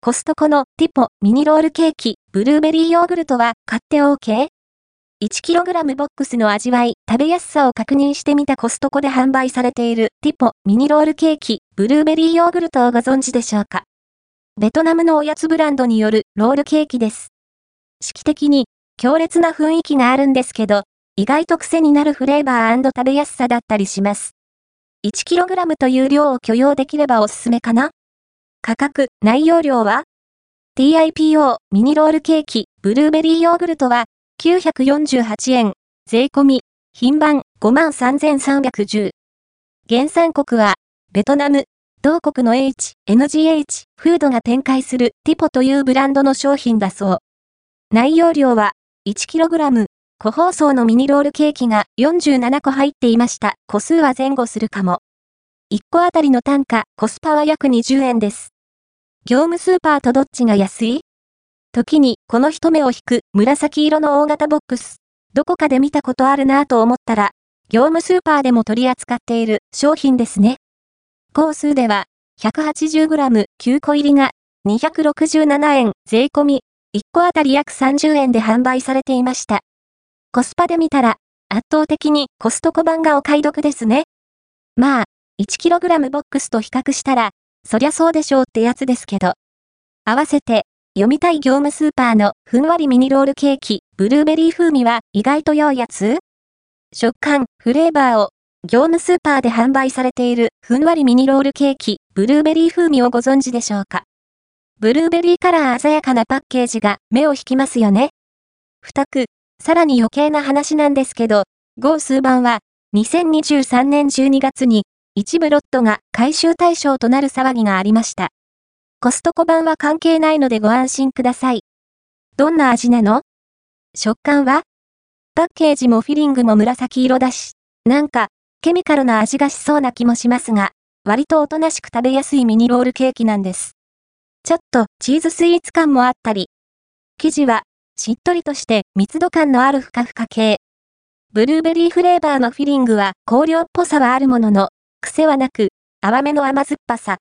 コストコのティポミニロールケーキブルーベリーヨーグルトは買って OK?1kg ボックスの味わい、食べやすさを確認してみたコストコで販売されているティポミニロールケーキブルーベリーヨーグルトをご存知でしょうか？ベトナムのおやつブランドによるロールケーキです。色的に強烈な雰囲気があるんですけど、意外と癖になるフレーバー&食べやすさだったりします。1kg という量を許容できればおすすめかな？価格、内容量は？ TIPO ミニロールケーキブルーベリーヨーグルトは948円、税込み、品番53,310。原産国は、ベトナム、同国の NGH フードが展開するティポというブランドの商品だそう。内容量は 1kg、個包装のミニロールケーキが47個入っていました。個数は前後するかも。1個あたりの単価、コスパは約20円です。業務スーパーとどっちが安い？時にこの一目を引く紫色の大型ボックス。どこかで見たことあるなぁと思ったら、業務スーパーでも取り扱っている商品ですね。個数では 180g 9個入りが267円税込み、1個あたり約30円で販売されていました。コスパで見たら圧倒的にコストコ版がお買い得ですね。まあ、1kg ボックスと比較したら、そりゃそうでしょうってやつですけど。合わせて、読みたい業務スーパーのふんわりミニロールケーキ、ブルーベリー風味は意外と良いやつ？食感、フレーバーを、業務スーパーで販売されているふんわりミニロールケーキ、ブルーベリー風味をご存知でしょうか？ブルーベリーカラー鮮やかなパッケージが目を引きますよね。二区、さらに余計な話なんですけど、号数版は、2023年12月に、一部ロットが回収対象となる騒ぎがありました。コストコ版は関係ないのでご安心ください。どんな味なの？食感は？パッケージもフィリングも紫色だし、なんか、ケミカルな味がしそうな気もしますが、割とおとなしく食べやすいミニロールケーキなんです。ちょっとチーズスイーツ感もあったり、生地は、しっとりとして密度感のあるふかふか系。ブルーベリーフレーバーのフィリングは香料っぽさはあるものの、癖はなく、淡めの甘酸っぱさ。